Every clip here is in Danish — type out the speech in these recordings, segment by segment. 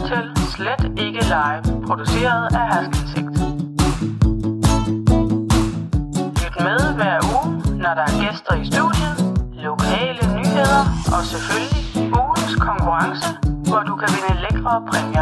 til Slet Ikke Live, produceret af Herskindsigt. Lyt med hver uge, når der er gæster i studiet, lokale nyheder og selvfølgelig ugens konkurrence, hvor du kan vinde lækre præmier.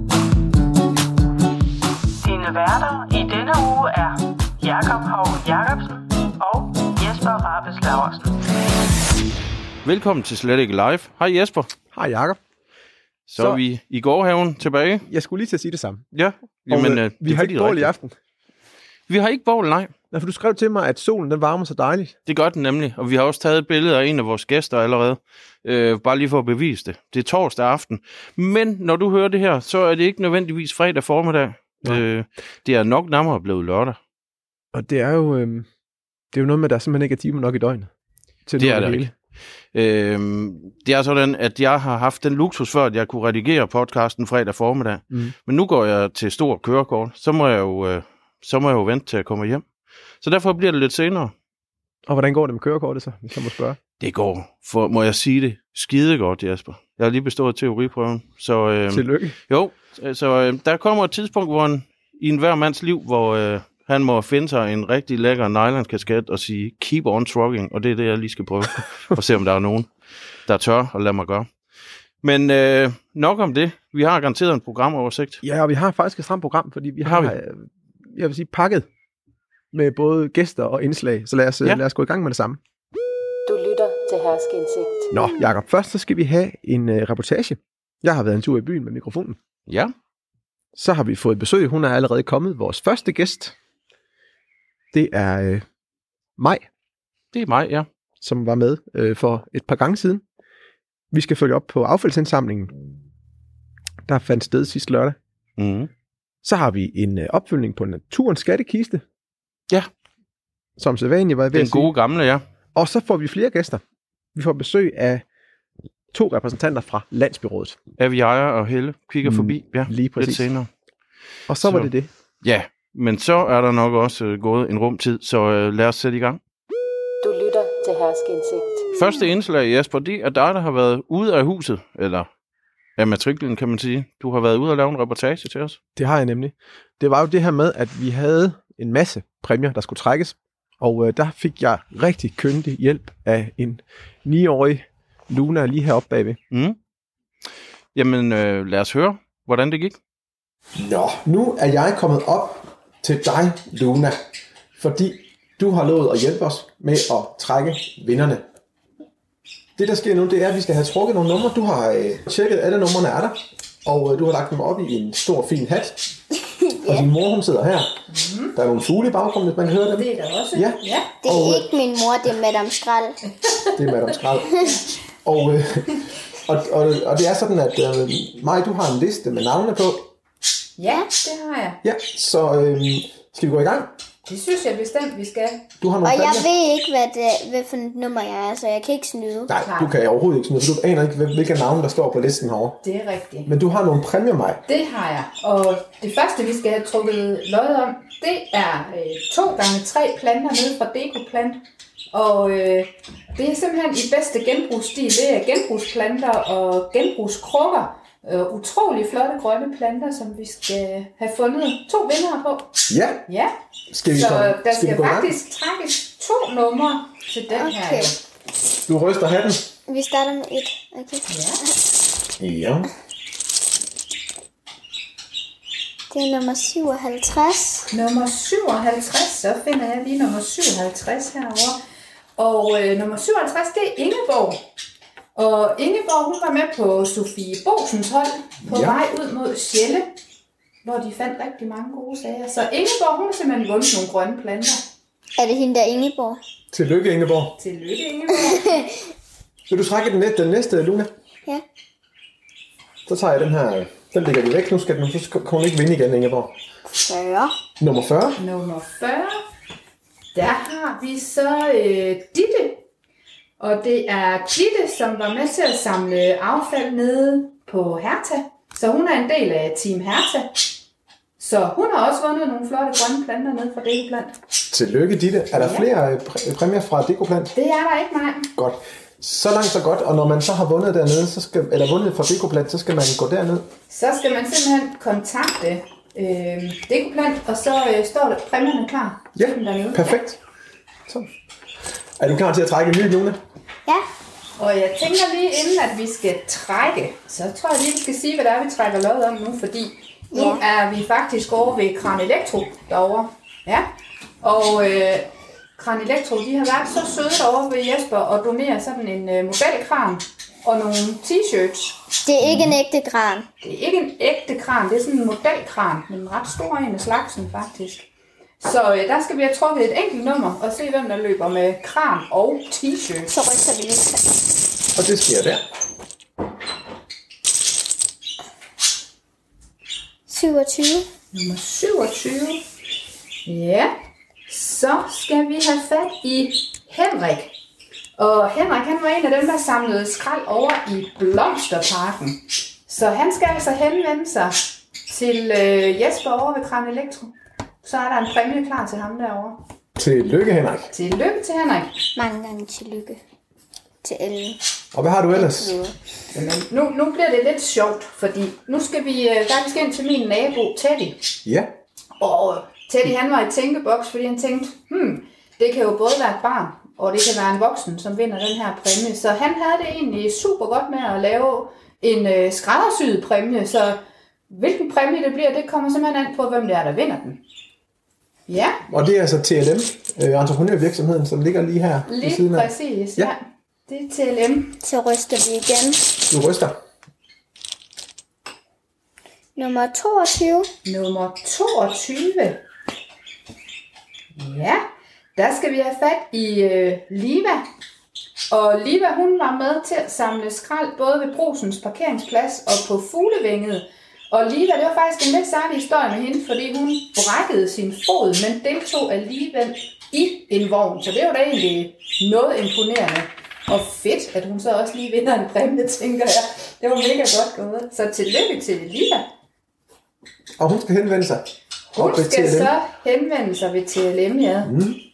Dine værter i denne uge er Jakob Hau Jacobsen og Jesper Rabes Laursen. Velkommen til Slet Ikke Live. Hej Jesper. Hej Jakob. Så er vi i gårdhaven tilbage. Jeg skulle lige til at sige det samme. Ja. Jamen, vi har ikke bål i aften. Vi har ikke bål, nej. Nej, for du skrev til mig, at solen den varmer så dejligt. Det gør den nemlig, og vi har også taget et billede af en af vores gæster allerede. Bare lige for at bevise det. Det er torsdag aften. Men når du hører det her, så er det ikke nødvendigvis fredag formiddag. Det er nok nærmere blevet lørdag. Og det er jo noget med, at der simpelthen ikke er timer nok i døgnet. Til det er det ikke. Det er sådan, at jeg har haft den luksus før, at jeg kunne redigere podcasten fredag formiddag. Men nu går jeg til stor kørekort. Så må jeg jo vente til at komme hjem. Så derfor bliver det lidt senere. Og hvordan går det med kørekortet så, hvis jeg må spørge? Det går, må jeg sige det, skide godt, Jesper. Jeg har lige bestået teoriprøven. Så, tillykke. Jo, så der kommer et tidspunkt, hvor i enhver mands liv, hvor han må finde sig en rigtig lækker nylon-kasket og sige, keep on trucking, og det er det, jeg lige skal prøve, og se, om der er nogen, der tør at lade mig gøre. Men nok om det. Vi har garanteret en programoversigt. Ja, og vi har faktisk et stramt program, fordi vi har jeg vil sige, pakket med både gæster og indslag, så lad os gå i gang med det samme. Du lytter til Herskindsigt. Nå, Jakob, først så skal vi have en reportage. Jeg har været en tur i byen med mikrofonen. Ja. Så har vi fået besøg. Hun er allerede kommet. Vores første gæst, det er Maj. Det er Maj, ja. Som var med for et par gange siden. Vi skal følge op på affaldsindsamlingen, der fandt sted sidste lørdag. Så har vi en opfølgning på Naturens Skattekiste. Ja. Som sædvanligt var jeg ved den gode gamle, ja. Og så får vi flere gæster. Vi får besøg af 2 repræsentanter fra Landsbyrådet. Avi Ejer og Helle kigger forbi. Ja, lige præcis. Lidt senere. Og så var det. Ja, men så er der nok også gået en rumtid, så lad os sætte i gang. Du lytter til Herskindsigt. Første indslag, Jesper, det er dig, der har været ude af huset, eller af matriklen, kan man sige. Du har været ude og lave en reportage til os. Det har jeg nemlig. Det var jo det her med, at vi havde en masse præmier, der skulle trækkes, og der fik jeg rigtig kyndig hjælp af en 9-årig Luna lige heroppe bagved. Jamen, lad os høre, hvordan det gik. Nå, nu er jeg kommet op til dig, Luna, fordi du har lovet at hjælpe os med at trække vinderne. Det, der sker nu, det er, at vi skal have trukket nogle numre. Du har tjekket, alle numrene er der, og du har lagt dem op i en stor, fin hat. Og din mor, hun sidder her. Der er nogle fugle i baggrunden, hvis man kan høre dem. Det er der også. Ja. Det er ikke min mor, det er Madame Skrald. Det er Madame Skrald. Og det er sådan, at Maj, du har en liste med navne på. Ja, det har jeg. Ja, så skal vi gå i gang? Det synes jeg bestemt, vi skal. Du har nogle og jeg præmier. ved ikke, hvad for et nummer jeg er, så jeg kan ikke snyde. Nej, du kan overhovedet ikke snyde, for du aner ikke, hvilke navne, der står på listen herovre. Det er rigtigt. Men du har nogle præmier, Maj. Det har jeg. Og det første, vi skal have trukket lod om, det er 2x3 planter nede fra Dekoplant. Og det er simpelthen i bedste genbrugsstil. Det er genbrugsplanter og genbrugskrukker. Utrolig flotte grønne planter, som vi skal have fundet 2 vindere på. Ja. Ja. Så der skal faktisk trækkes 2 numre til den her. Du ryster hatten. Vi starter med 1. Okay. Ja. Det er nummer 57. Nummer 57, så finder jeg lige nummer 57 herovre. Og nummer 57, det er Ingeborg. Og Ingeborg, hun var med på Sofie Bosens hold på vej ud mod Sjælle, hvor de fandt rigtig mange gode sager. Så Ingeborg, hun har simpelthen vundet nogle grønne planter. Er det hende der Ingeborg? Tillykke, Ingeborg. Tillykke, Ingeborg. Vil du trække den næste, Luna? Ja. Så tager jeg den her. Den lægger vi væk. Nu skal den, så kan hun ikke vinde igen, Ingeborg. 40. Nummer 40. Nummer 40. Der har vi så Ditte. Og det er Ditte, som var med til at samle affald nede på Herta. Så hun er en del af Team Herta. Så hun har også vundet nogle flotte grønne planter nede fra Dekoplant. Tillykke, Ditte. Er der flere præmier fra Dekoplant? Det er der ikke, nej. Godt. Så langt så godt, og når man så har vundet dernede, eller vundet fra Dekoplant, så skal man gå derned. Så skal man simpelthen kontakte Dekoplant, og så står der præmierne klar. Ja, perfekt. Så. Er du klar til at trække en ny, Luna? Ja. Og jeg tænker lige inden, at vi skal trække, så tror jeg lige, vi skal sige, hvad det er, vi trækker lod om nu, fordi nu er vi faktisk over ved Kran Elektro derovre. Ja, og Kran Elektro, de har været så søde derovre ved Jesper og donerer sådan en modelkran og nogle t-shirts. Det er ikke en ægte kran. Det er ikke en ægte kran, det er sådan en modelkran, men en ret stor en af slagsen faktisk. Så der skal vi have trukket et enkelt nummer og se, hvem der løber med kran og t-shirt. Så ryster vi lidt. Og det sker der. 27. Nummer 27. Ja, så skal vi have fat i Henrik. Og Henrik, han var en af dem, der samlede skrald over i Blomsterparken. Så han skal altså henvende sig til Jesper over ved Kran Elektro. Så er der en præmie klar til ham derovre. Tillykke, Henrik. Tillykke til Henrik. Mange gange tillykke til Ellen. Og hvad har du ellers? Jamen, nu bliver det lidt sjovt, fordi nu skal vi faktisk ind til min nabo, Teddy. Ja. Og Teddy, han var i tænkeboks, fordi han tænkte, det kan jo både være et barn, og det kan være en voksen, som vinder den her præmie. Så han havde det egentlig super godt med at lave en skræddersyet præmie, så hvilken præmie det bliver, det kommer simpelthen an på, hvem det er, der vinder den. Ja. Og det er altså TLM, entreprenørvirksomheden, som ligger lige her ved siden af. Lige præcis, ja. Det er TLM. Så ryster vi igen. Du ryster. Nummer 22. Nummer 22. Ja, der skal vi have fat i Liva. Og Liva, hun var med til at samle skrald både ved Brusens parkeringsplads og på Fuglevænget. Og Liva, det var faktisk en lidt særlig historie med hende, fordi hun brækkede sin fod, men deltog alligevel i en vogn. Så det var da egentlig noget imponerende. Og fedt, at hun så også lige vinder en præmie, tænker jeg. Det var mega godt gået. Så tillykke til Liva. Og hun skal henvende sig. Hun skal så henvende sig ved TLM, ja.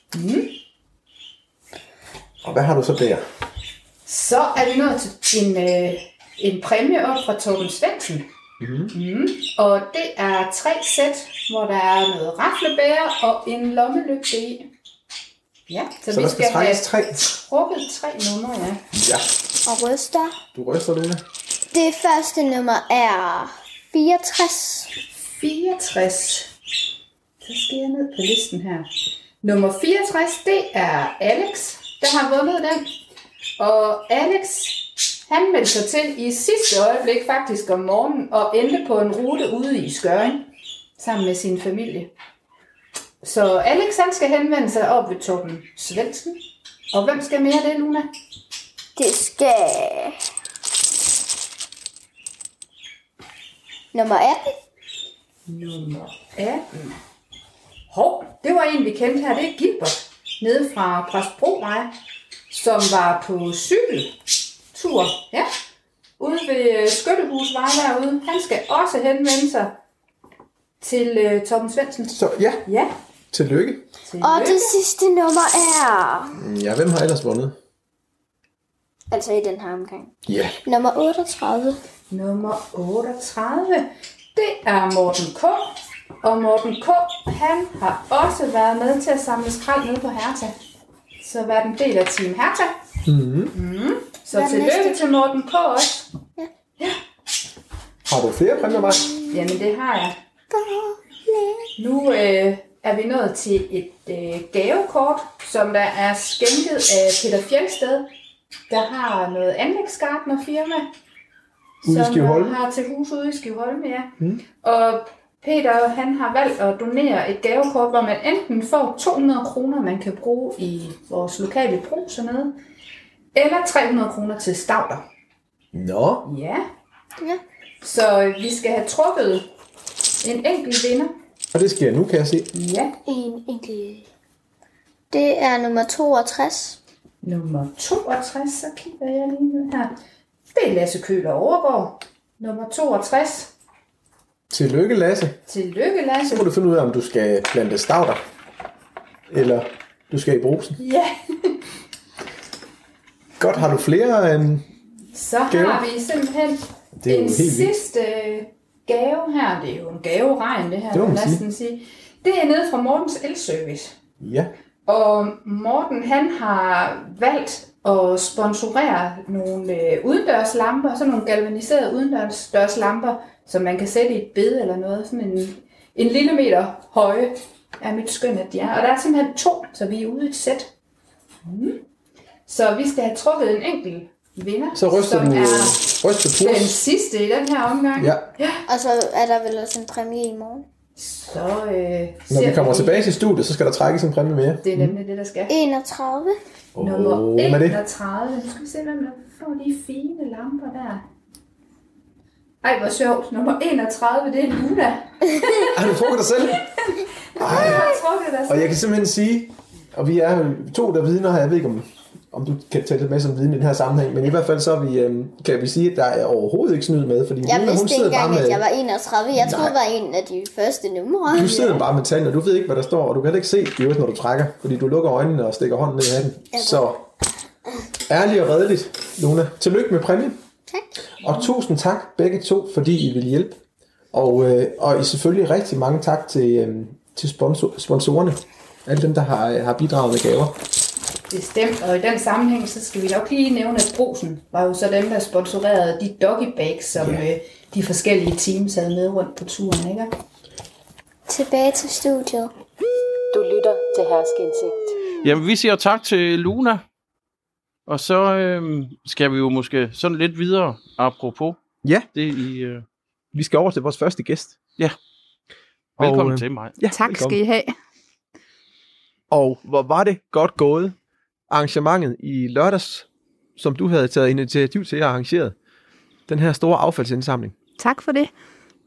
Og hvad har du så der? Så er vi nået til en præmie op fra Torben Svendsen. Og det er 3 sæt, hvor der er noget raflebæger og en lommelygte i. Ja, så vi skal have trukket 3 numre, ja. Ja. Og ryster. Du ryster, Luna. Det første nummer er 64. 64. Så skal jeg ned på listen her. Nummer 64, det er Alex, der har vundet den. Og Alex, han meldte sig til i sidste øjeblik faktisk om morgenen og endte på en rute ude i Skørring sammen med sin familie. Så Alex, han skal henvende sig op ved Torben Svendsen. Og hvem skal mere det, Luna? Det skal... Nummer 18. Nummer 18. Hov, det var en, vi kendte her. Det er Gilbert, nede fra Præstbrovej, som var på cykeltur. Ja, ude ved Skyttehusvej derude. Han skal også henvende sig til Torben Svendsen. Så ja. Tillykke. Og det sidste nummer er... Ja, hvem har ellers vundet? Altså i den her omgang. Ja. Nummer 38. Nummer 38. Det er Morten K. Og Morten K. han har også været med til at samle skrald nede på Herta. Så været en del af Team Herta. Så tillykke til Morten K. også. Ja. Har du flere præmier, Maj? Jamen det har jeg. Nu er vi nået til et gavekort, som der er skænket af Peter Fjeldsted, der har noget anlægsgartnerfirma, som har til hus ude i Skivholm, ja. Og Peter, han har valgt at donere et gavekort, hvor man enten får 200 kroner, man kan bruge i vores lokale brug nede, eller 300 kroner til Stauder. Nå. Ja. Så vi skal have trukket en enkelt vinder. Og det sker nu, kan jeg se. Ja. En enkelt. Det er nummer 62. Nummer 62, så kigger jeg lige ned her. Det er Lasse Køler Overgaard. Nummer 62. Tillykke, Lasse. Tillykke, Lasse. Så må du finde ud af, om du skal plante Stauder, eller du skal i Brugsen. Ja. Godt, har du flere Så gaver? har vi simpelthen Det er jo en helt vildt. sidste gave her. Det er jo en gaveregn, det her, Det må man næsten sige. Det er nede fra Mortens Elservice. Ja. Og Morten, han har valgt at sponsorere nogle udendørslamper, sådan nogle galvaniserede udendørslamper, som man kan sætte i et bed eller noget, sådan en lille meter høje, er mit skøn, at de er. Og der er simpelthen 2, så vi er ude i et sæt. Så vi skal have trukket en enkelt vinder, Så ryster som du er ryster den purs. sidste i den her omgang. Ja. Og så er der vel også en præmie i morgen. Så Når vi kommer tilbage til studiet, så skal der trækkes en præmie mere. Det er nemlig det, der skal. 31. Nummer hvem er det? 31. Nu skal vi se, hvem der får de fine lamper der. Ej, hvor sjovt. Nummer 31, det er Luna. Har du trukket dig selv? Jeg har trukket dig Og selv. jeg kan simpelthen sige, og vi er 2, der vidner her, jeg ved ikke om du kan tælle det med som viden i den her sammenhæng, men i hvert fald så er vi, kan vi sige, at der er overhovedet ikke snyd med, fordi Jeg Luna, hun vidste sidder ikke bare engang, med, at jeg var 31. Jeg troede, det var en af de første numre. du sidder bare med tallene, og du ved ikke, hvad der står, og du kan heller ikke se det, når du trækker, fordi du lukker øjnene og stikker hånden ned i hatten. Så ærligt og redeligt, Luna. Tillykke med præmien. Tak. Og tusind tak begge to, fordi I vil hjælpe. Og selvfølgelig rigtig mange tak til sponsorerne. Alle dem, der har bidraget med gaver. Bestemt, og i den sammenhæng, så skal vi nok lige nævne, at Brugsen var jo så dem, der sponsorerede de doggy bags, som de forskellige teams havde med rundt på turen, ikke? Tilbage til studiet. Du lytter til Herskeindsigt. Jamen, vi siger tak til Luna. Og så skal vi jo måske sådan lidt videre, apropos Ja, det i... vi skal over til vores første gæst. Ja. Velkommen Og, til mig. Ja, Tak velkommen. skal I have. Og hvor var det godt gået, arrangementet i lørdags, som du havde taget initiativ til at arrangere, den her store affaldsindsamling. Tak for det.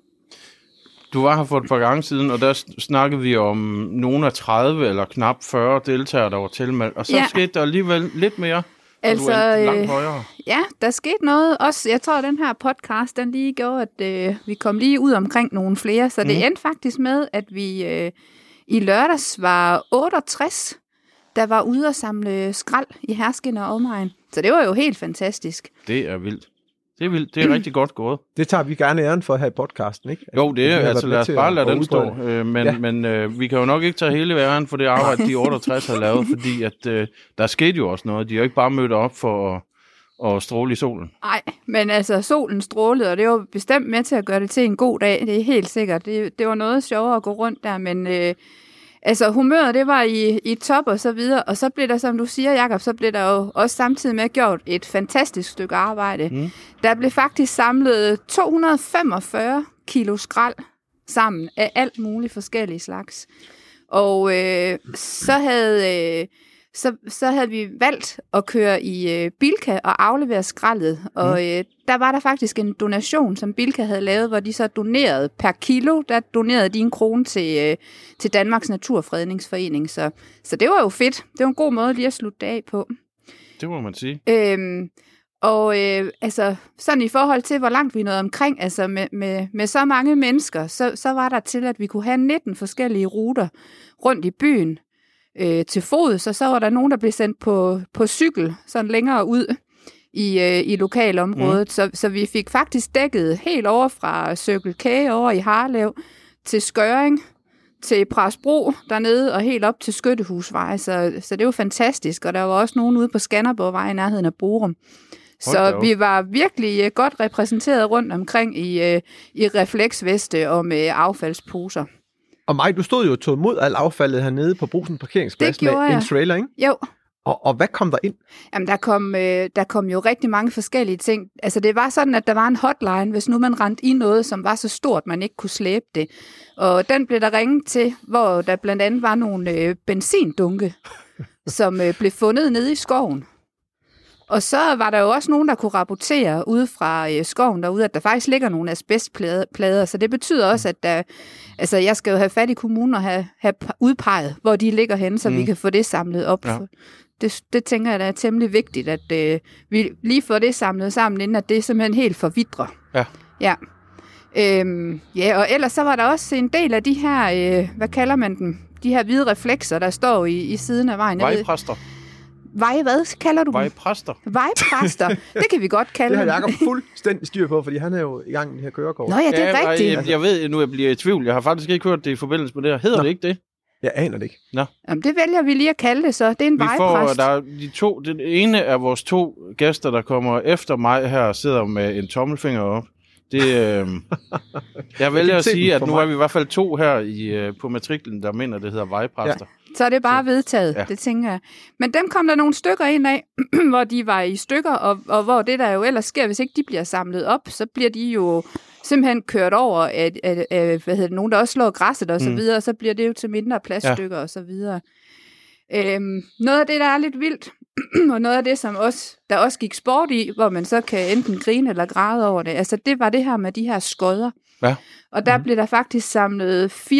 Du var her for et par gange siden, og der snakkede vi om nogle af 30 eller knap 40 deltagere, der var tilmeldt. Og så skete der alligevel lidt mere, Altså, og du endte langt højere. Ja, der skete noget også. Jeg tror, at den her podcast, den lige gjorde, at vi kom lige ud omkring nogle flere. Så det endte faktisk med, at vi i lørdags var 68, der var ude at samle skrald i Herskind og omegn. Så det var jo helt fantastisk. Det er vildt. Det er vildt. Det er rigtig godt gået. Det tager vi gerne æren for her i podcasten, ikke? Jo, det er altså lad os bare lade den stå. Ja. Men vi kan jo nok ikke tage hele æren for det arbejde, de 68 har lavet, fordi at der skete jo også noget. De har jo ikke bare mødt op for at stråle i solen. Nej, men altså solen strålede, og det var bestemt med til at gøre det til en god dag. Det er helt sikkert. Det var noget sjovere at gå rundt der, men altså humøret, det var i top og så videre. Og så blev der, som du siger, Jakob, så blev der jo også samtidig med gjort et fantastisk stykke arbejde. Der blev faktisk samlet 245 kilo skrald sammen af alt muligt forskellige slags. Og så havde vi valgt at køre i Bilka og aflevere skraldet, og der var der faktisk en donation, som Bilka havde lavet, hvor de så donerede per kilo, der donerede de 1 krone til Danmarks Naturfredningsforening, så det var jo fedt. Det var en god måde lige at slutte det af på. Det må man sige. Altså sådan i forhold til, hvor langt vi nåede omkring, altså med så mange mennesker, så var der til, at vi kunne have 19 forskellige ruter rundt i byen, til fod, så var der nogen, der blev sendt på cykel, sådan længere ud i lokalområdet. Så vi fik faktisk dækket helt over fra Circle K over i Harlev til Skøring, til Præstbro dernede og helt op til Skyttehusvej. Så det var fantastisk, og der var også nogen ude på Skanderborgvej i nærheden af Borum. Så vi var virkelig godt repræsenteret rundt omkring i refleksveste og med affaldsposer. Og Maj, du stod jo og tog imod alt affaldet hernede på Brugsen parkeringsplads med en trailer, ikke? Jo. Og hvad kom der ind? Jamen, der kom jo rigtig mange forskellige ting. Altså, det var sådan, at der var en hotline, hvis nu man rendte i noget, som var så stort, man ikke kunne slæbe det. Og den blev der ringet til, hvor der blandt andet var nogle benzindunke, som blev fundet nede i skoven. Og så var der jo også nogen, der kunne rapportere ude fra skoven derude, at der faktisk ligger nogle asbestplader. Så det betyder også, at jeg skal jo have fat i kommunen og have udpeget, hvor de ligger henne, så vi kan få det samlet op. Ja. Det tænker jeg, der er temmelig vigtigt, at vi lige får det samlet sammen, inden at det simpelthen helt forvidrer. Ja. Ja. Og ellers så var der også en del af de her, hvad kalder man dem? De her hvide reflekser, der står i siden af vejen. Vejpræster. Hvad kalder du dem? Vejpræster. Vejpræster. Det kan vi godt kalde Det har dem. Jacob fuldstændig styr på, fordi han er jo i gang med det her kørekort. Nå ja, det er rigtigt. Jeg ved nu, jeg bliver i tvivl. Jeg har faktisk ikke hørt det i forbindelse med det her. Hedder det ikke det? Jeg aner det ikke. Jamen, det vælger vi lige at kalde det så. Det er en vejpræst. Der er de to. Den ene af vores 2 gæster, der kommer efter mig her, sidder med en tommelfinger op. Det, jeg vælger at sige, at nu er vi i hvert fald 2 her på matriklen, der mener, det hedder vejpræster. Ja. Så er det bare vedtaget, det tænker jeg. Men dem kom der nogle stykker ind af, hvor de var i stykker, og hvor det der jo ellers sker, hvis ikke de bliver samlet op, så bliver de jo simpelthen kørt over af nogen, der også slår græsset og så videre, og så bliver det jo til mindre plaststykker og så videre. Noget af det, der er lidt vildt, og noget af det, som der også gik sport i, hvor man så kan enten grine eller græde over det, altså det var det her med de her skodder. Ja. Og der blev der faktisk samlet 4.455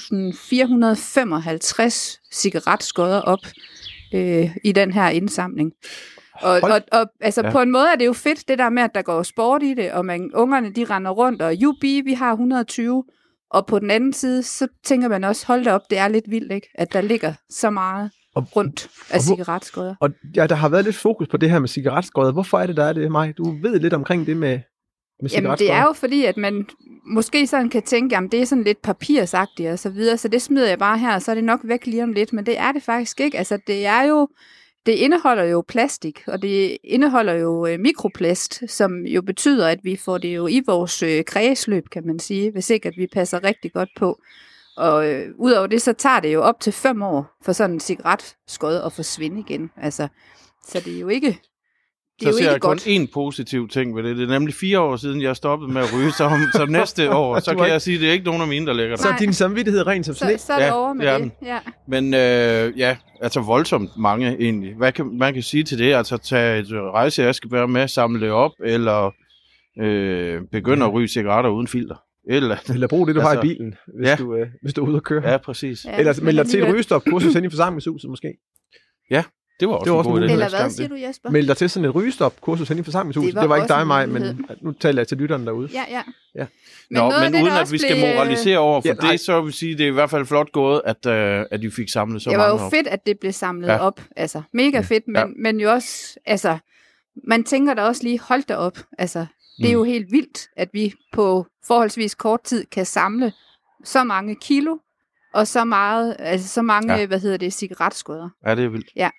cigaretskodder op i den her indsamling. Og altså på en måde er det jo fedt, det der med, at der går sport i det, og ungerne de render rundt, og jubi, vi har 120, og på den anden side, så tænker man også, hold da op, det er lidt vildt, ikke? At der ligger så meget rundt af cigaretskodder. Og ja, der har været lidt fokus på det her med cigaretskodder. Hvorfor er det, der er det, Maj? Du ved lidt omkring det med Jamen, det er jo fordi, at man måske sådan kan tænke, jamen det er sådan lidt papirsagtigt og så videre, så det smider jeg bare her, og så er det nok væk lige om lidt, men det er det faktisk ikke. Altså, det indeholder jo plastik, og det indeholder jo mikroplast, som jo betyder, at vi får det jo i vores kredsløb, kan man sige, hvis ikke at vi passer rigtig godt på. Og udover det, så tager det jo op til 5 år for sådan en cigaretskod at forsvinde igen. Altså, så det er jo ikke... Så ser jeg kun én positiv ting ved det. Det er nemlig 4 år siden, jeg stoppede med at ryge, så næste år, så kan jeg sige, at det er ikke nogen af mine, der lægger der. Så er din samvittighed ren som sne? Så er det over med det. Ja. Men altså voldsomt mange egentlig. Man kan sige til det? Altså tage et rejseaskebær med, samle det op, eller begynde at ryge cigaretter uden filter. Eller brug det, du har i bilen, hvis du er ude at køre. Ja, præcis. Ja, eller meld dig til et rygestop-kursus hen i forsamlingshuset måske. Ja. Det var også en god idé. Eller hvad siger du, Jesper? Meld dig til sådan et rygestop-kursus hen i forsamlingshuset. Det var ikke dig, Maj, men nu taler jeg til lytterne derude. Ja. Men uden at vi skal moralisere over for det, så vil sige, det er i hvert fald flot gået, at de fik samlet så mange op. Det var jo fedt, at det blev samlet op. Altså, mega fedt, men jo også, altså, man tænker da også lige, hold da op. Altså, det er jo helt vildt, at vi på forholdsvis kort tid kan samle så mange kilo, og så meget, altså så mange, cigaretskodder. Ja, det er vildt. Ja.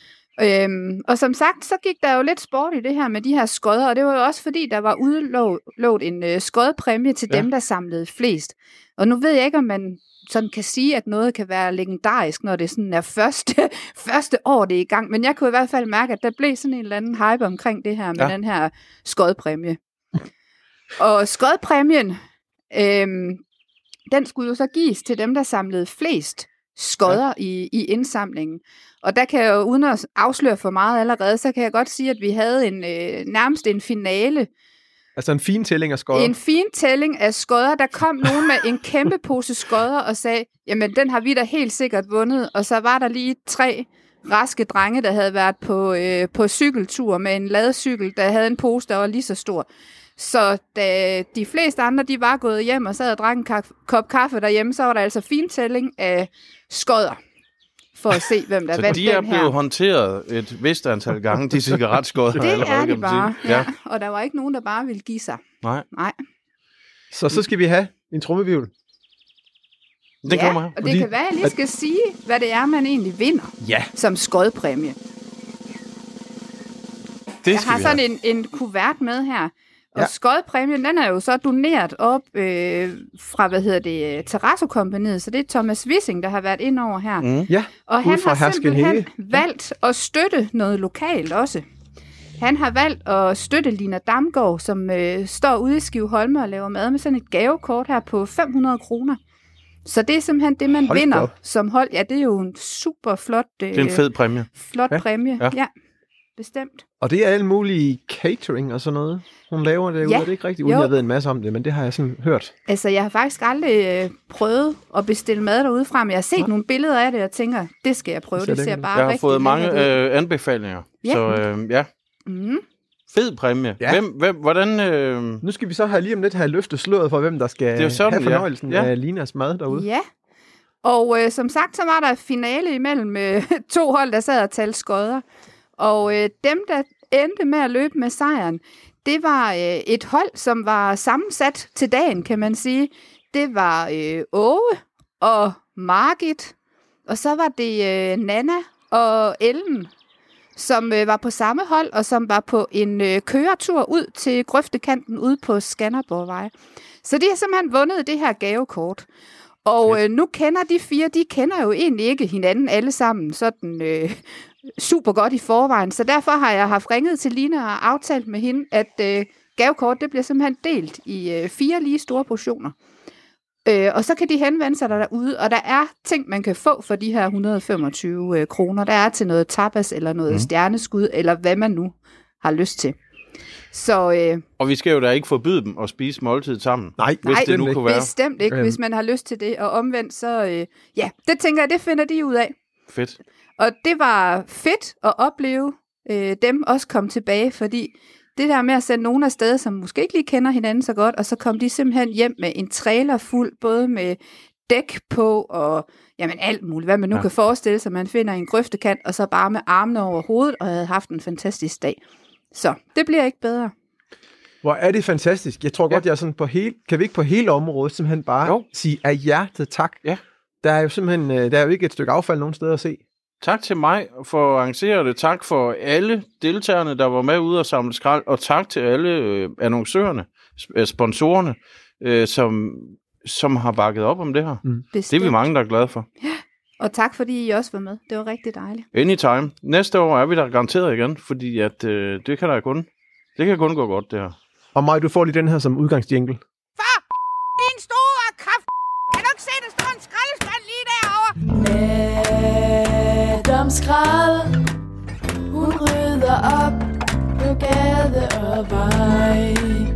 Og som sagt, så gik der jo lidt sport i det her med de her skodder, og det var jo også fordi, der var udlovet en skodpræmie til dem, der samlede flest. Og nu ved jeg ikke, om man sådan kan sige, at noget kan være legendarisk, når det sådan er første år, det er i gang. Men jeg kunne i hvert fald mærke, at der blev sådan en eller anden hype omkring det her med den her skodpræmie. Og skodpræmien, den skulle jo så gives til dem, der samlede flest skodder i indsamlingen. Og der kan jeg jo, uden at afsløre for meget allerede, så kan jeg godt sige, at vi havde nærmest en finale. Altså en fin tælling af skodder? En fin tælling af skodder. Der kom nogen med en kæmpe pose skodder og sagde, jamen den har vi da helt sikkert vundet. Og så var der lige 3 raske drenge, der havde været på cykeltur med en ladecykel, der havde en pose, der var lige så stor. Så da de fleste andre, de var gået hjem og sad og drak en kop kaffe derhjemme, så var der altså fin tælling af skodder, for at se, hvem der vandt den her. Så de er blevet håndteret et vist antal gange, de cigaretskodder. Det er de bare, ja. Og der var ikke nogen, der bare ville give sig. Nej. Så skal vi have en trommevirvel. Den kommer her. Og det kan være, at jeg lige skal sige, hvad det er, man egentlig vinder som skodpræmie. Jeg har sådan en kuvert med her. Og skodpræmien, den er jo så doneret op fra, Terrazzo-kompaniet, så det er Thomas Wissing, der har været ind over her. Ja, og han har simpelthen valgt at støtte noget lokalt også. Han har valgt at støtte Lina Damgaard, som står ude i Skive Holme og laver mad med sådan et gavekort her på 500 kroner. Så det er simpelthen det, man vinder som hold. Ja, det er jo en super flot... det er en fed præmie. Flot præmie, ja. Bestemt. Og det er alle mulige catering og sådan noget, hun laver derude. Er det ikke rigtigt? Uden jeg ved en masse om det, men det har jeg sådan hørt. Altså, jeg har faktisk aldrig prøvet at bestille mad derude fra, men jeg har set nogle billeder af det, og tænker, det skal jeg prøve. Det ser bare jeg har rigtig fået mange anbefalinger. Ja. Så fed præmie. Ja. Hvordan... Nu skal vi så lige om lidt have løftet sløret for, hvem der skal have fornøjelsen af Linas mad derude. Ja. Og som sagt, så var der finale imellem 2 hold, der sad og talte skodder. Og dem, der endte med at løbe med sejren, det var et hold, som var sammensat til dagen, kan man sige. Det var Åge og Margit, og så var det Nana og Ellen, som var på samme hold, og som var på en køretur ud til grøftekanten ude på Skanderborgvej. Så de har simpelthen vundet det her gavekort. Og nu kender de 4, de kender jo egentlig ikke hinanden alle sammen sådan super godt i forvejen. Så derfor har jeg haft ringet til Line og aftalt med hende, at gavekort, det bliver simpelthen delt i 4 lige store portioner. Og så kan de henvende sig derude, og der er ting, man kan få for de her 125 kroner. Der er til noget tapas eller noget stjerneskud, eller hvad man nu har lyst til. Så, og vi skal jo da ikke forbyde dem at spise måltid sammen. Nej, det nu kunne være. Bestemt ikke, hvis man har lyst til det. Og omvendt, så det tænker jeg, det finder de ud af. Fedt. Og det var fedt at opleve dem også komme tilbage, fordi det der med at sende nogen afsted, som måske ikke lige kender hinanden så godt, og så kom de simpelthen hjem med en trailer fuld, både med dæk på, og jamen alt muligt, hvad man nu kan forestille sig, man finder en grøftekant, og så bare med armene over hovedet, og havde haft en fantastisk dag. Så det bliver ikke bedre. Hvor er det fantastisk. Jeg tror godt, jeg er sådan på kan vi ikke på hele området simpelthen bare sige af hjertet tak. Ja. Der er jo simpelthen, der er jo ikke et stykke affald nogen steder at se. Tak til mig for at arrangere det. Tak for alle deltagerne, der var med ude og samle skrald. Og tak til alle annoncørerne, sponsorerne, som har bakket op om det her. Det er vi mange, der er glade for. Ja. Og tak fordi I også var med. Det var rigtig dejligt. Anytime. Næste år er vi der garanteret igen, fordi at, det kan kun gå godt, det her. Og Maj, du får lige den her som udgangsjingle. Far! Din store kraft! Kan du ikke se, der står en skraldespand lige derovre? Madam Skrald, hun rydder op på gade og vej.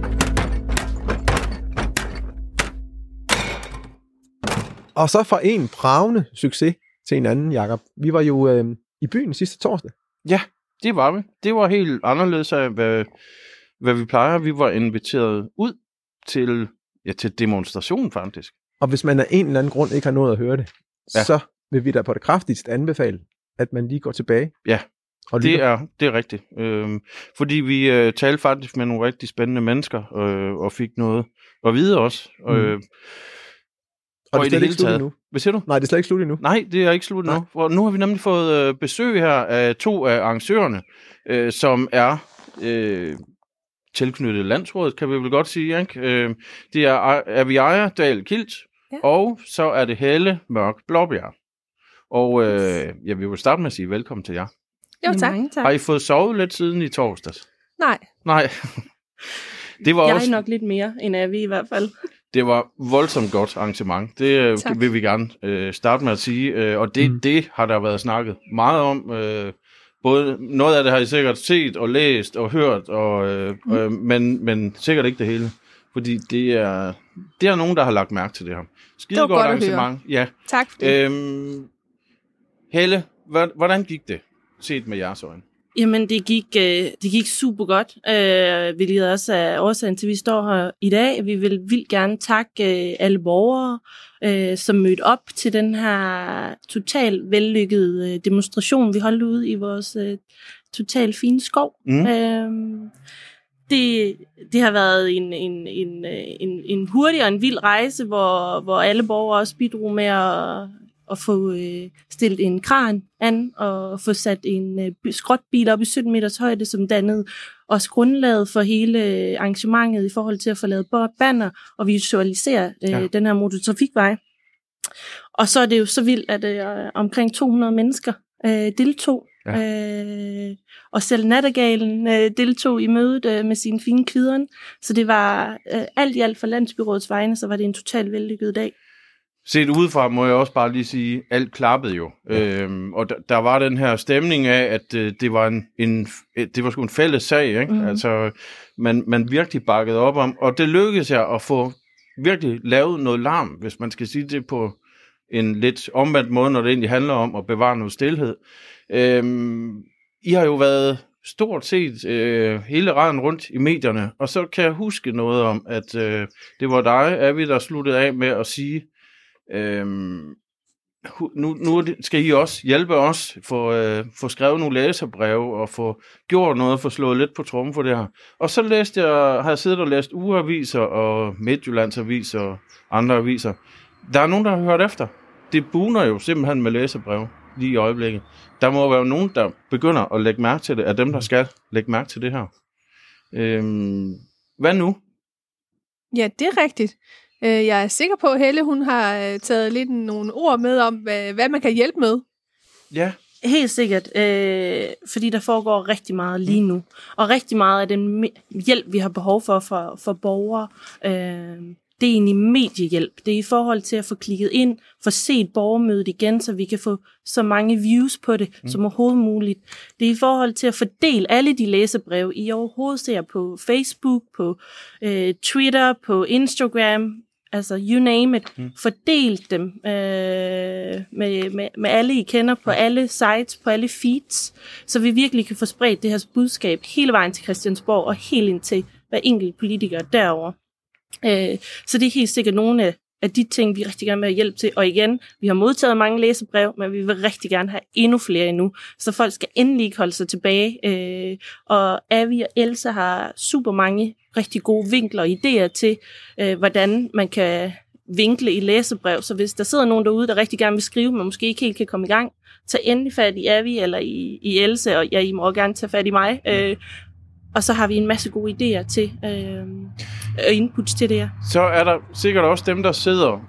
Og så fra en bragende succes til en anden, Jakob. Vi var jo i byen sidste torsdag. Ja, det var vi. Det var helt anderledes af, hvad vi plejer. Vi var inviteret ud til demonstration, faktisk. Og hvis man af en eller anden grund ikke har nået at høre det, så vil vi da på det kraftigste anbefale, at man lige går tilbage. Ja, og det er rigtigt. Fordi vi talte faktisk med nogle rigtig spændende mennesker, og fik noget at vide også. Og det er slet ikke slut endnu. Hvad siger du? Nej, det er slet ikke slut endnu. Nej, det er ikke slut endnu. For nu har vi nemlig fået besøg her af 2 af arrangørerne, som er tilknyttet landsrådet, kan vi vel godt sige. Ikke? Det er Aviaja Dahl Kilt, og så er det Helle Mørk Blåbjerg. Og jeg vil jo starte med at sige velkommen til jer. Jo, tak. Har I fået sovet lidt siden i torsdags? Nej. Det var jeg også... er nok lidt mere end Avi i hvert fald. Det var voldsomt godt arrangement. Det vil vi gerne starte med at sige. Og det har der været snakket meget om. Både noget af det har I sikkert set og læst og hørt, men sikkert ikke det hele. Fordi det er nogen, der har lagt mærke til det her. Skide godt arrangement. Ja. Tak for det. Helle, hvordan gik det, set med jeres øjne? Jamen, det gik super godt, hvilket også er årsagen til, at vi står her i dag. Vi vil vildt gerne takke alle borgere, som mødte op til den her totalt vellykkede demonstration, vi holdt ude i vores totalt fine skov. Det har været en hurtig og en vild rejse, hvor alle borgere også bidrog med at få stillet en kran an og få sat en skrotbil op i 17 meters højde, som dannede også grundlaget for hele arrangementet i forhold til at få lavet banner og visualisere den her motortrafikvej. Og så er det jo så vildt, at omkring 200 mennesker deltog. Og selv Nattergalen deltog i mødet med sine fine kvideren. Så det var alt i alt for Landsbyrådets vegne, så var det en totalt vellykket dag. Set udefra må jeg også bare lige sige, alt klappede jo. Og der var den her stemning af, at det var det var sgu en fælles sag, ikke? Altså, man virkelig bakkede op om, og det lykkedes jeg at få virkelig lavet noget larm, hvis man skal sige det på en lidt omvendt måde, når det egentlig handler om at bevare noget stilhed. I har jo været stort set hele raden rundt i medierne, og så kan jeg huske noget om, at det var dig, Avi, der sluttede af med at sige, nu skal I også hjælpe os, få skrevet nogle læserbreve, og få gjort noget, få slået lidt på trommen for det her. Og så har jeg siddet og læst ugeaviser, og Midtjyllandsaviser, og andre aviser. Der er nogen, der har hørt efter. Det buner jo simpelthen med læserbreve lige i øjeblikket. Der må være nogen, der begynder at lægge mærke til det, af dem, der skal lægge mærke til det her. Hvad nu? Ja, det er rigtigt. Jeg er sikker på, at Helle hun har taget lidt nogle ord med om, hvad man kan hjælpe med. Ja. Helt sikkert, fordi der foregår rigtig meget lige nu. Og rigtig meget af den hjælp, vi har behov for borgere, det er egentlig mediehjælp. Det er i forhold til at få klikket ind, få set borgermødet igen, så vi kan få så mange views på det som overhovedet muligt. Det er i forhold til at fordele alle de læserbrev, I overhovedet ser på Facebook, på Twitter, på Instagram, altså you name it. Fordel dem med alle, I kender, på alle sites, på alle feeds, så vi virkelig kan få spredt det her budskab hele vejen til Christiansborg og helt ind til hver enkelt politiker derovre. Så det er helt sikkert nogle af de ting, vi rigtig gerne vil have hjælp til. Og igen, vi har modtaget mange læserbrev, men vi vil rigtig gerne have endnu flere endnu. Så folk skal endelig ikke holde sig tilbage. Og Avi og Elsa har super mange rigtig gode vinkler og idéer til, hvordan man kan vinkle i læserbrev. Så hvis der sidder nogen derude, der rigtig gerne vil skrive, men måske ikke helt kan komme i gang, tag endelig fat i Avi eller i Elsa, og ja, I må også gerne tage fat i mig. Og så har vi en masse gode idéer til inputs til det her. Så er der sikkert også dem, der sidder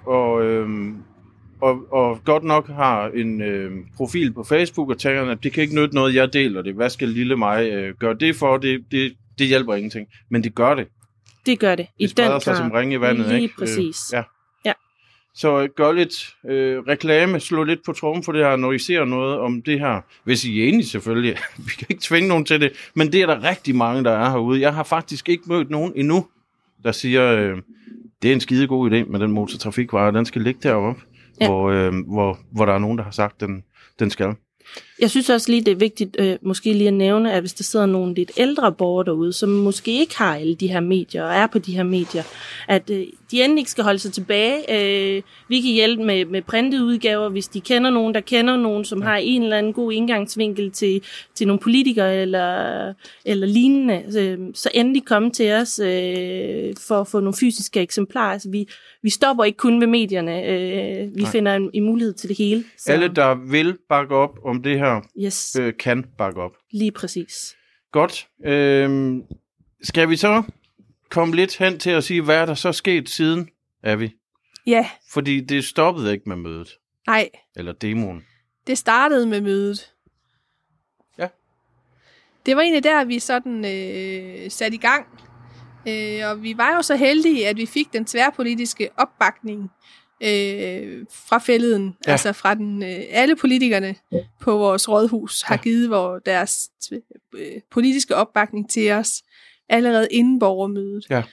og godt nok har en profil på Facebook og tænker, at det kan ikke nytte noget, jeg deler det. Hvad skal lille mig gøre det for? Det hjælper ingenting. Men det gør det. Det gør det. Det spreder sig som ringe i vandet. Lige ikke? Præcis. Ja. Så gør lidt reklame, slå lidt på trommen for det her, når I ser noget om det her. Hvis I er enige selvfølgelig. Vi kan ikke tvinge nogen til det. Men det er der rigtig mange, der er herude. Jeg har faktisk ikke mødt nogen endnu, der siger, det er en skide god idé med den motortrafikvare. Den skal ligge deroppe, hvor der er nogen, der har sagt, den skal. Jeg synes også lige, det er vigtigt måske lige at nævne, at hvis der sidder nogle lidt ældre borgere derude, som måske ikke har alle de her medier og er på de her medier, at de endelig ikke skal holde sig tilbage. Vi kan hjælpe med printede udgaver, hvis de kender nogen, der kender nogen, som har en eller anden god indgangsvinkel til nogle politikere eller lignende. Så endelig komme til os for at få nogle fysiske eksemplarer. Altså, vi stopper ikke kun ved medierne. Vi finder en mulighed til det hele. Så. Alle, der vil bakke op om det her, kan bakke op. Lige præcis. Godt. Skal vi så komme lidt hen til at sige, hvad er der så sket siden, Avi? Ja. Fordi det stoppede ikke med mødet. Nej. Eller demoen. Det startede med mødet. Ja. Det var egentlig der, vi sådan satte i gang. Og vi var jo så heldige, at vi fik den tværpolitiske opbakning fra fælleden, altså fra alle politikerne på vores rådhus har givet deres politiske opbakning til os allerede inden borgermødet. Ja.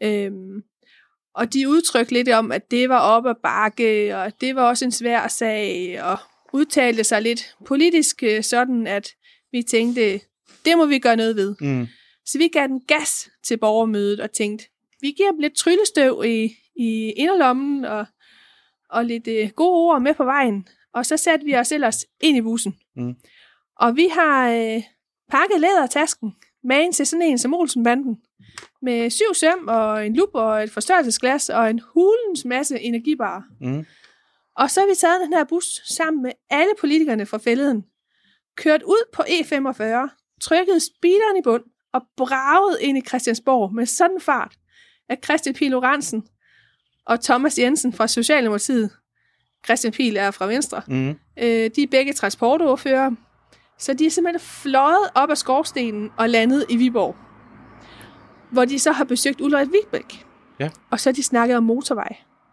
Og de udtrykte lidt om, at det var op ad bakke, og det var også en svær sag, og udtalte sig lidt politisk sådan, at vi tænkte, det må vi gøre noget ved. Så vi gav den gas til borgermødet og tænkte, vi giver dem lidt tryllestøv i inderlommen og lidt gode ord med på vejen. Og så satte vi os ellers ind i bussen. Og vi har pakket lædertasken med til sådan en som Olsenbanden. Med 7 søm og en lup og et forstørrelsesglas og en hulens masse energibarer. Og så har vi taget den her bus sammen med alle politikerne fra fælleden. Kørt ud på E45, trykket speederen i bund og braget ind i Christiansborg med sådan fart, at Christian Pihl Lorentzen og Thomas Jensen fra Socialdemokratiet, Christian Pihl er fra Venstre, de er begge transportordfører, så de er simpelthen fløjet op af skorstenen og landet i Viborg, hvor de så har besøgt Ulrik Wilbek, og så har de snakket om motorvej.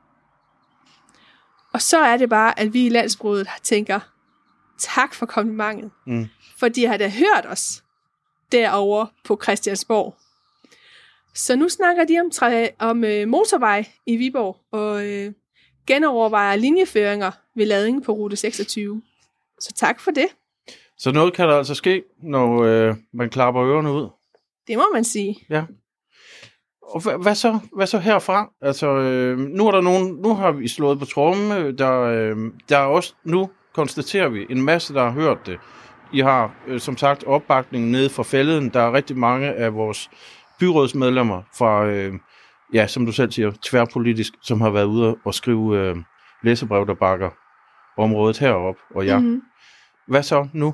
Og så er det bare, at vi i landsbruget tænker, tak for komplimentet, for de har da hørt os derovre på Christiansborg. Så nu snakker de om motorvej i Viborg, og genovervejer linjeføringer ved ladingen på rute 26. Så tak for det. Så noget kan der altså ske, når man klapper ørerne ud? Det må man sige. Ja. Og hvad så herfra? Altså, nu har vi slået på trommen. Der er også, nu konstaterer vi, en masse, der har hørt det. I har, som sagt, opbakning nede fra fælleden. Der er rigtig mange af vores byrådsmedlemmer fra, som du selv siger, tværpolitisk, som har været ude og skrive læserbrev, der bakker området herop. Og ja. Mm-hmm. Hvad så nu?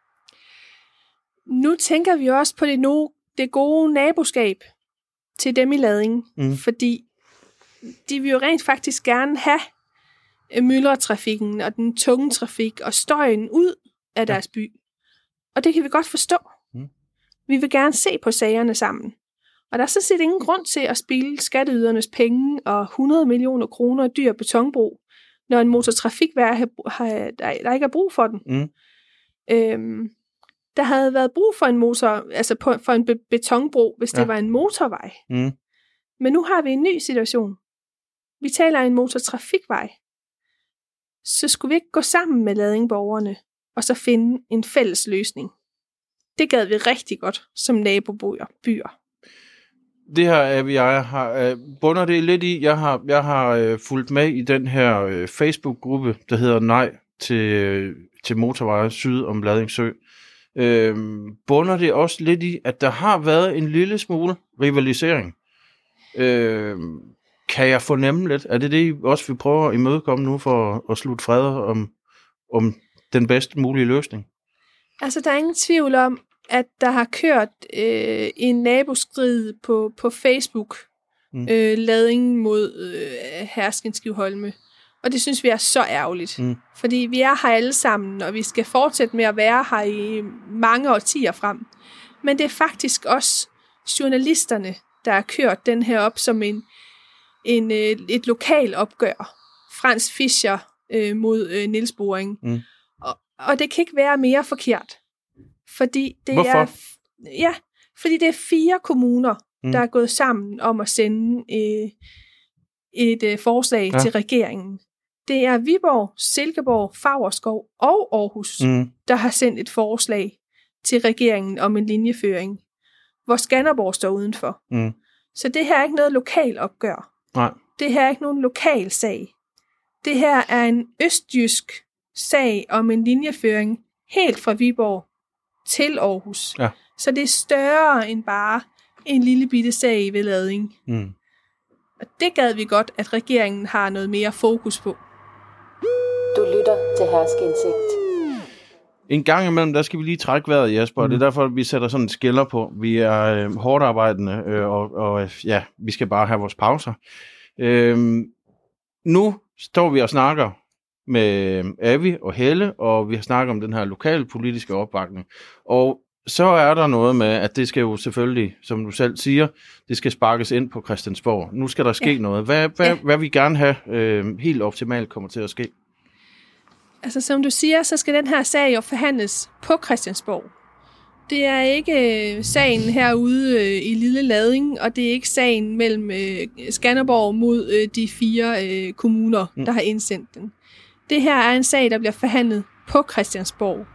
Nu tænker vi også på det gode naboskab til dem i Lading, fordi de vil jo rent faktisk gerne have myldretrafikken og den tunge trafik og støjen ud af deres by. Og det kan vi godt forstå. Vi vil gerne se på sagerne sammen. Og der er sådan set ingen grund til at spilde skatteydernes penge og 100 millioner kroner dyr betonbro, når en motortrafikvej der ikke er brug for den. Der havde været brug for for en betonbro, hvis det var en motorvej. Men nu har vi en ny situation. Vi taler en motortrafikvej. Så skulle vi ikke gå sammen med ladingborgerne og så finde en fælles løsning. Det gad vi rigtig godt som nabobyer. Det her, jeg har bunder det lidt i. Jeg har fulgt med i den her Facebook-gruppe, der hedder Nej til motorveje syd om Ladingsø. Bunder det også lidt i, at der har været en lille smule rivalisering. Kan jeg fornemme lidt? Er det I også vil prøve at imødekomme nu for at slutte fred om den bedst mulige løsning? Altså, der er ingen tvivl om, at der har kørt en naboskrid på Facebook, Lading mod Herskind-Skivholme. Og det synes vi er så ærgerligt. Fordi vi er her alle sammen, og vi skal fortsætte med at være her i mange årtier frem. Men det er faktisk også journalisterne, der har kørt den her op som et lokal opgør. Frans Fischer mod Niels Boring. Og det kan ikke være mere forkert. Fordi det Hvorfor? Fordi det er 4 kommuner, der er gået sammen om at sende et forslag til regeringen. Det er Viborg, Silkeborg, Favrskov og Aarhus, der har sendt et forslag til regeringen om en linjeføring, hvor Skanderborg står udenfor. Så det her er ikke noget lokal opgør. Nej. Det her er ikke nogen lokal sag. Det her er en østjysk sag om en linjeføring helt fra Viborg til Aarhus. Ja. Så det er større end bare en lille bitte sag ved Lading. Og det gad vi godt, at regeringen har noget mere fokus på. Du lytter til Herskeindsigt. En gang imellem, der skal vi lige trække vejret, Jesper. Det er derfor, vi sætter sådan en skiller på. Vi er hårdt arbejdende, og vi skal bare have vores pauser. Nu står vi og snakker med Avi og Helle, og vi har snakket om den her lokale politiske opbakning. Og så er der noget med, at det skal jo selvfølgelig, som du selv siger, det skal sparkes ind på Christiansborg. Nu skal der ske noget. Hvad vi gerne have helt optimalt kommer til at ske? Altså som du siger, så skal den her sag jo forhandles på Christiansborg. Det er ikke sagen herude i Lille Lading, og det er ikke sagen mellem Skanderborg mod de 4 kommuner, der har indsendt den. Det her er en sag, der bliver forhandlet på Christiansborg.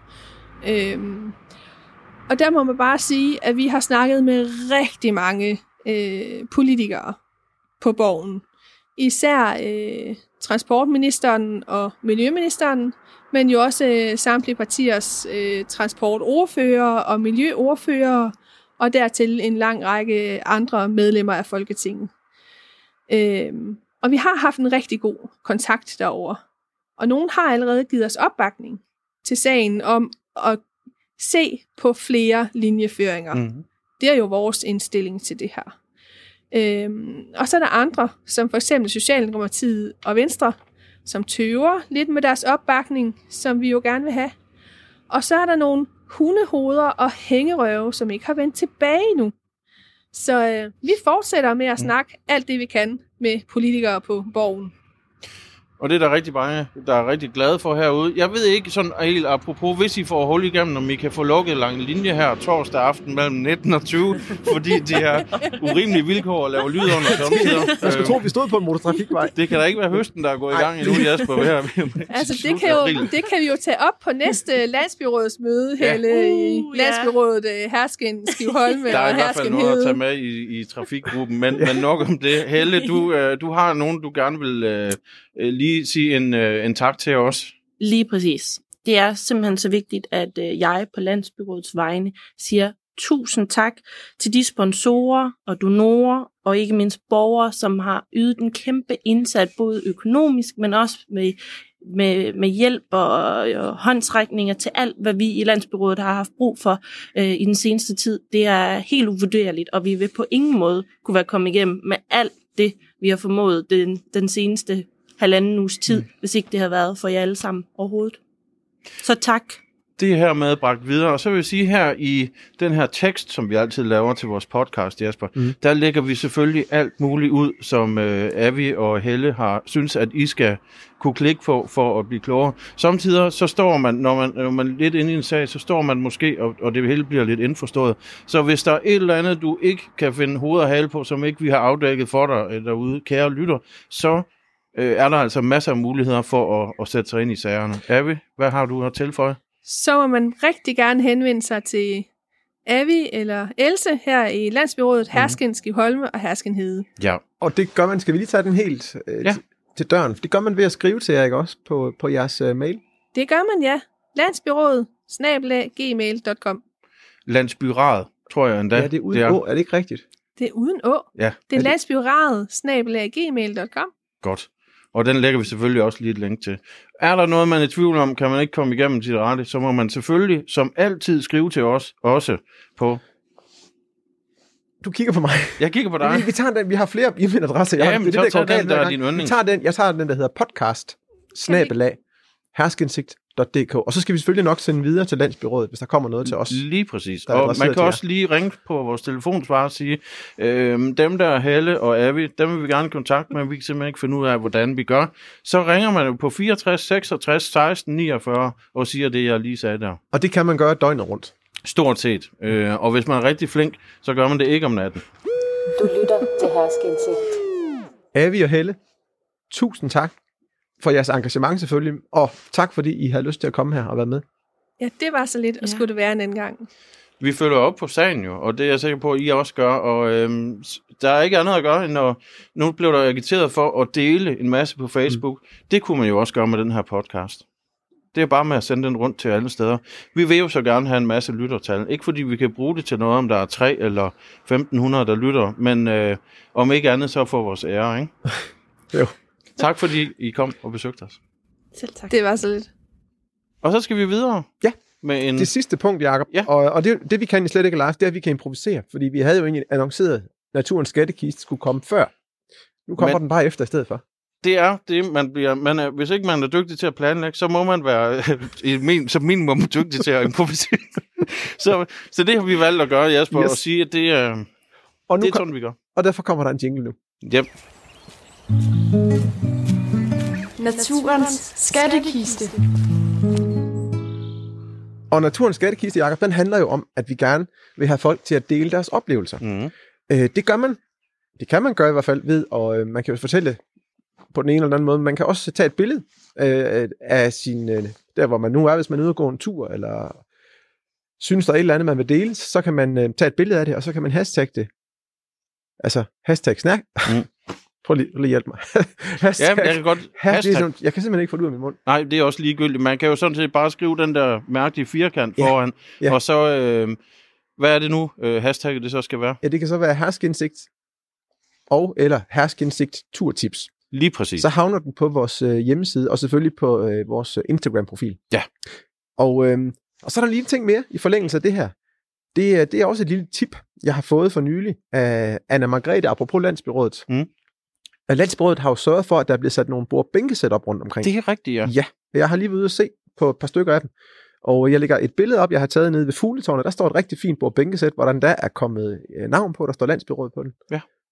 Og der må man bare sige, at vi har snakket med rigtig mange politikere på borgen. Især transportministeren og miljøministeren, men jo også samtlige partiers transportordfører og miljøordfører, og dertil en lang række andre medlemmer af Folketinget. Og vi har haft en rigtig god kontakt derover. Og nogen har allerede givet os opbakning til sagen om at se på flere linjeføringer. Det er jo vores indstilling til det her. Og så er der andre, som for eksempel Socialdemokratiet og Venstre, som tøver lidt med deres opbakning, som vi jo gerne vil have. Og så er der nogle hundehoveder og hængerøve, som ikke har vendt tilbage nu. Så vi fortsætter med at snakke alt det, vi kan med politikere på borgen. Og det er der rigtig mange, der er rigtig glade for herude. Jeg ved ikke sådan helt apropos, hvis I får hul igennem, om I kan få lukket lang linje her torsdag aften mellem 19 og 20, fordi det er urimelige vilkår at lave lyd under samtidig. Jeg skulle tro, vi stod på en motortrafikvej. Det kan da ikke være høsten, der er gået i gang endnu, Jasper. Altså, det kan vi jo tage op på næste landsbyrådsmøde, Helle, i landsbyrådet Hersken, Skivholme der er og i hvert fald noget at tage med i trafikgruppen, men nok om det. Helle, du har nogen, du gerne vil lige sige en tak til os. Lige præcis. Det er simpelthen så vigtigt, at jeg på Landsbyrådets vegne siger tusind tak til de sponsorer og donorer, og ikke mindst borgere, som har ydet en kæmpe indsats, både økonomisk, men også med hjælp og håndsrækninger til alt, hvad vi i Landsbyrådet har haft brug for i den seneste tid. Det er helt uvurderligt, og vi vil på ingen måde kunne være kommet igennem med alt det, vi har formået den seneste halvanden uges tid, hvis ikke det har været for jer alle sammen overhovedet. Så tak. Det her med bragt videre, og så vil jeg sige her i den her tekst, som vi altid laver til vores podcast, Jasper, der lægger vi selvfølgelig alt muligt ud, som Avi og Helle synes, at I skal kunne klikke på for at blive klogere. Samtidig så står man, når man er lidt inde i en sag, så står man måske, og det hele bliver lidt indforstået. Så hvis der er et eller andet, du ikke kan finde hoved og hale på, som ikke vi har afdækket for dig derude, kære lytter, så er der altså masser af muligheder for at sætte sig ind i sagerne. Avi, hvad har du at tilføje? Så må man rigtig gerne henvende sig til Avi eller Else her i Landsbyrådet, Hersken, Skivholme og Hersken Hede. Ja. Og det gør man, skal vi lige tage den helt til døren? Det gør man ved at skrive til jer, ikke også, på jeres mail? Det gør man, ja. Landsbyrådet@gmail.com. Landsbyrådet, tror jeg endda. Ja, det er uden å, er det ikke rigtigt? Det er uden å. Ja. Det er landsbyrådet@gmail.com. Godt. Og den lægger vi selvfølgelig også lige et link til. Er der noget, man er i tvivl om, kan man ikke komme igennem til det rette, så må man selvfølgelig, som altid, skrive til os, også på... Du kigger på mig. Jeg kigger på dig. Vi tager den, vi har flere e-mailadresser. Ja, men så tager den, der er din yndling. Jeg tager den, der hedder podcast@herskeindsigt.dk, og så skal vi selvfølgelig nok sende videre til Landsbyrådet, hvis der kommer noget til os. Lige præcis. Og man kan også lige ringe på vores telefonsvar og sige, dem der er Helle og Avi, dem vil vi gerne kontakte med, vi kan simpelthen ikke finde ud af, hvordan vi gør. Så ringer man jo på 64 66 16 49 og siger det, jeg lige sagde der. Og det kan man gøre døgnet rundt. Stort set. Og hvis man er rigtig flink, så gør man det ikke om natten. Du lytter til Herskindsigt. Avi og Helle, tusind tak for jeres engagement selvfølgelig, og tak fordi I har lyst til at komme her og være med. Ja, det var så lidt, og skulle det være en anden gang. Vi følger op på sagen jo, og det er jeg sikker på, at I også gør, og der er ikke andet at gøre, end nu blev der agiteret for at dele en masse på Facebook. Det kunne man jo også gøre med den her podcast. Det er bare med at sende den rundt til alle steder. Vi vil jo så gerne have en masse lyttertal. Ikke fordi vi kan bruge det til noget, om der er 3 eller 1500, der lytter, men om ikke andet, så for vores ære, ikke? Jo. Tak fordi I kom og besøgte os. Selv tak. Det var så lidt. Og så skal vi videre. Ja, med det sidste punkt, Jacob. Ja. Og det vi kan slet ikke lade, det er, at vi kan improvisere. Fordi vi havde jo egentlig annonceret, at Naturens Skattekiste skulle komme før. Nu kommer den bare efter i stedet for. Det er det, man bliver... hvis ikke man er dygtig til at planlægge, så må man være som minimum dygtig til at improvisere. så det har vi valgt at gøre, Jasper, og sige, at det er sådan, vi gør. Og derfor kommer der en jingle nu. Yep. Naturens Skattekiste. Og Naturens Skattekiste, Jacob, den handler jo om, at vi gerne vil have folk til at dele deres oplevelser. Mm. Det gør man. Det kan man gøre i hvert fald ved, og man kan jo fortælle på den ene eller anden måde. Man kan også tage et billede af sin, der hvor man nu er, hvis man er ude og gå en tur, eller synes der er et eller andet, man vil dele, så kan man tage et billede af det, og så kan man hashtagge det. Altså, #snak. Mm. Prøv lige at hjælpe mig. Ja, jeg kan godt... Jeg kan simpelthen ikke få det ud af min mund. Nej, det er også ligegyldigt. Man kan jo sådan set bare skrive den der mærkelige firkant foran, og så... hvad er det nu, hashtagget det så skal være? Ja, det kan så være Herskindsigt eller Herskindsigt turtips. Lige præcis. Så havner den på vores hjemmeside, og selvfølgelig på vores Instagram-profil. Ja. Og så er der lige en ting mere i forlængelse af det her. Det er også et lille tip, jeg har fået for nylig af Anna Margrethe, apropos Landsbyrådet. Mm. Landsbyrådet har jo sørget for, at der bliver sat nogle bord-bænkesæt op rundt omkring. Det er rigtigt, ja. Ja, jeg har lige været ude at se på et par stykker af dem. Og jeg lægger et billede op, jeg har taget nede ved Fugletårnet. Der står et rigtig fint bord-bænkesæt, hvor der endda er kommet navn på, der står Landsbyrådet på den. Ja.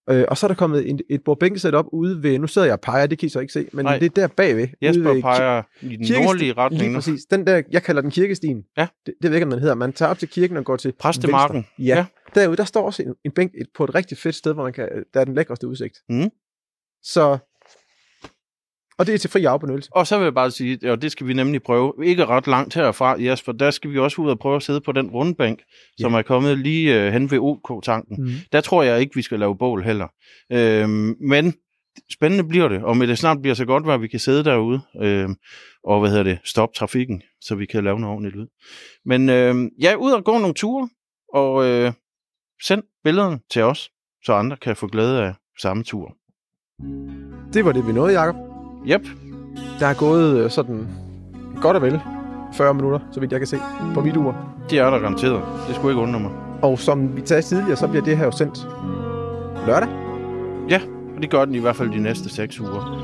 Og så er der kommet et bordbænkesæt op ude ved, nu sidder jeg og peger, det kan I så ikke se, men det er der bagved. Jesper peger i den nordlige retning. Lige præcis. Den der, jeg kalder den kirkestien. Ja. Det ved jeg ikke, om den hedder. Man tager op til kirken og går til Præstemarken. Ja. Derude, der står også en bænk på et rigtig fedt sted, hvor man kan, der er den lækreste udsigt. Så... Og det er til fri afbenyttelse. Og så vil jeg bare sige, og det skal vi nemlig prøve, ikke ret langt herfra, Jesper, der skal vi også ud og prøve at sidde på den rundbænk, som er kommet lige hen ved OK-tanken. Der tror jeg ikke, vi skal lave bål heller. Men spændende bliver det, og med det snart bliver så godt, at vi kan sidde derude og stoppe trafikken, så vi kan lave noget ordentligt ud. Men ud og gå nogle ture, og send billederne til os, så andre kan få glæde af samme tur. Det var det, vi nåede, Jacob. Yep. Der er gået sådan godt og vel 40 minutter, så vidt jeg kan se, på mit ur. Det er der garanteret. Det skulle ikke undre mig. Og som vi tager tidligere, så bliver det her jo sendt lørdag. Ja, og det gør den i hvert fald de næste 6 uger.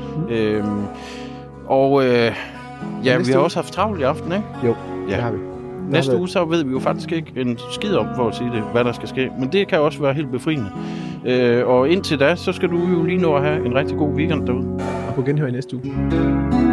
Vi har også haft travlt i aften, ikke? Jo, det har vi. Næste uge, så ved vi jo faktisk ikke en skid om, for at sige det, hvad der skal ske. Men det kan også være helt befriende. Og indtil da, så skal du jo lige nå at have en rigtig god weekend derude. Og på genhør i næste uge.